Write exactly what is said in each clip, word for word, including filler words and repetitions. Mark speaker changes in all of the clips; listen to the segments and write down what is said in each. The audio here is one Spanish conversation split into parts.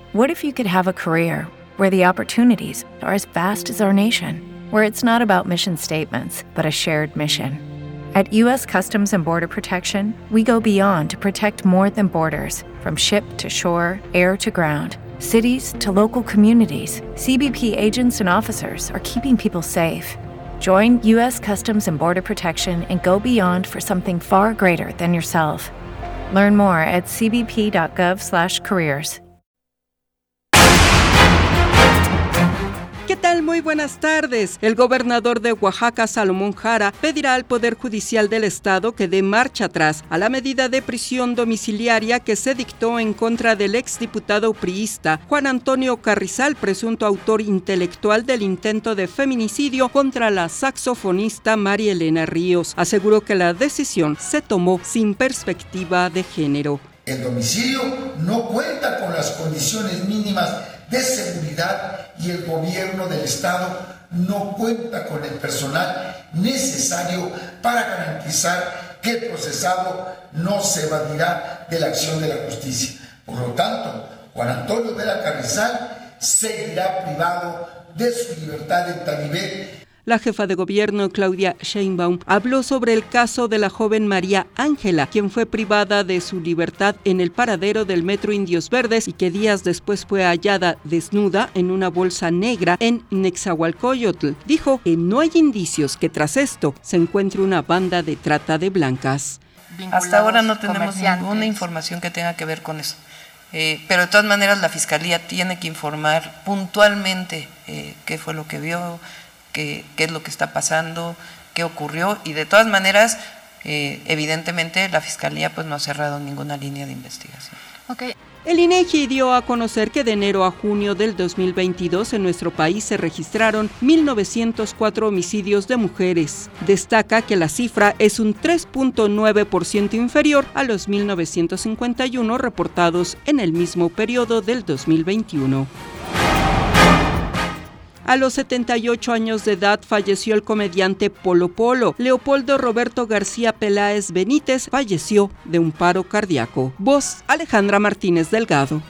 Speaker 1: What if you could have a career where the opportunities are as vast as our nation, where it's not about mission statements, but a shared mission? At U S Customs and Border Protection, we go beyond to protect more than borders, from ship to shore, air to ground, cities to local communities. C B P agents and officers are keeping people safe. Join U S Customs and Border Protection and go beyond for something far greater than yourself. Learn more at c b p dot gov slash careers.
Speaker 2: ¿Qué tal? Muy buenas tardes. El gobernador de Oaxaca, Salomón Jara, pedirá al Poder Judicial del Estado que dé marcha atrás a la medida de prisión domiciliaria que se dictó en contra del exdiputado priista Juan Antonio Carrizal, presunto autor intelectual del intento de feminicidio contra la saxofonista María Elena Ríos. Aseguró que la decisión se tomó sin perspectiva de género.
Speaker 3: El domicilio no cuenta con las condiciones mínimas de seguridad y el gobierno del Estado no cuenta con el personal necesario para garantizar que el procesado no se evadirá de la acción de la justicia. Por lo tanto, Juan Antonio Vera Carrizal seguirá privado de su libertad en tal nivel.
Speaker 2: La jefa de gobierno, Claudia Sheinbaum, habló sobre el caso de la joven María Ángela, quien fue privada de su libertad en el paradero del Metro Indios Verdes y que días después fue hallada desnuda en una bolsa negra en Nezahualcóyotl. Dijo que no hay indicios que tras esto se encuentre una banda de trata de blancas.
Speaker 4: Hasta ahora no tenemos ninguna información que tenga que ver con eso. Eh, pero de todas maneras la Fiscalía tiene que informar puntualmente eh, qué fue lo que vio, Qué, qué es lo que está pasando, qué ocurrió, y de todas maneras, eh, evidentemente, la Fiscalía pues no ha cerrado ninguna línea de investigación.
Speaker 2: Okay. El INEGI dio a conocer que de enero a junio del dos mil veintidós en nuestro país se registraron mil novecientos cuatro homicidios de mujeres. Destaca que la cifra es un tres punto nueve por ciento inferior a los mil novecientos cincuenta y uno reportados en el mismo periodo del dos mil veintiuno. A los setenta y ocho años de edad falleció el comediante Polo Polo. Leopoldo Roberto García Peláez Benítez falleció de un paro cardíaco. Voz, Alejandra Martínez Delgado.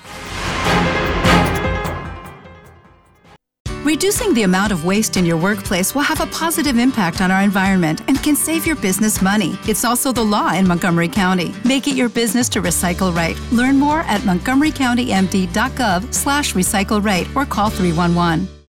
Speaker 5: Reducing the amount of waste in your workplace will have a positive impact on our environment and can save your business money. It's also the law in Montgomery County. Make it your business to recycle right. Learn more at montgomery county m d dot gov slash recycle right or call three one one.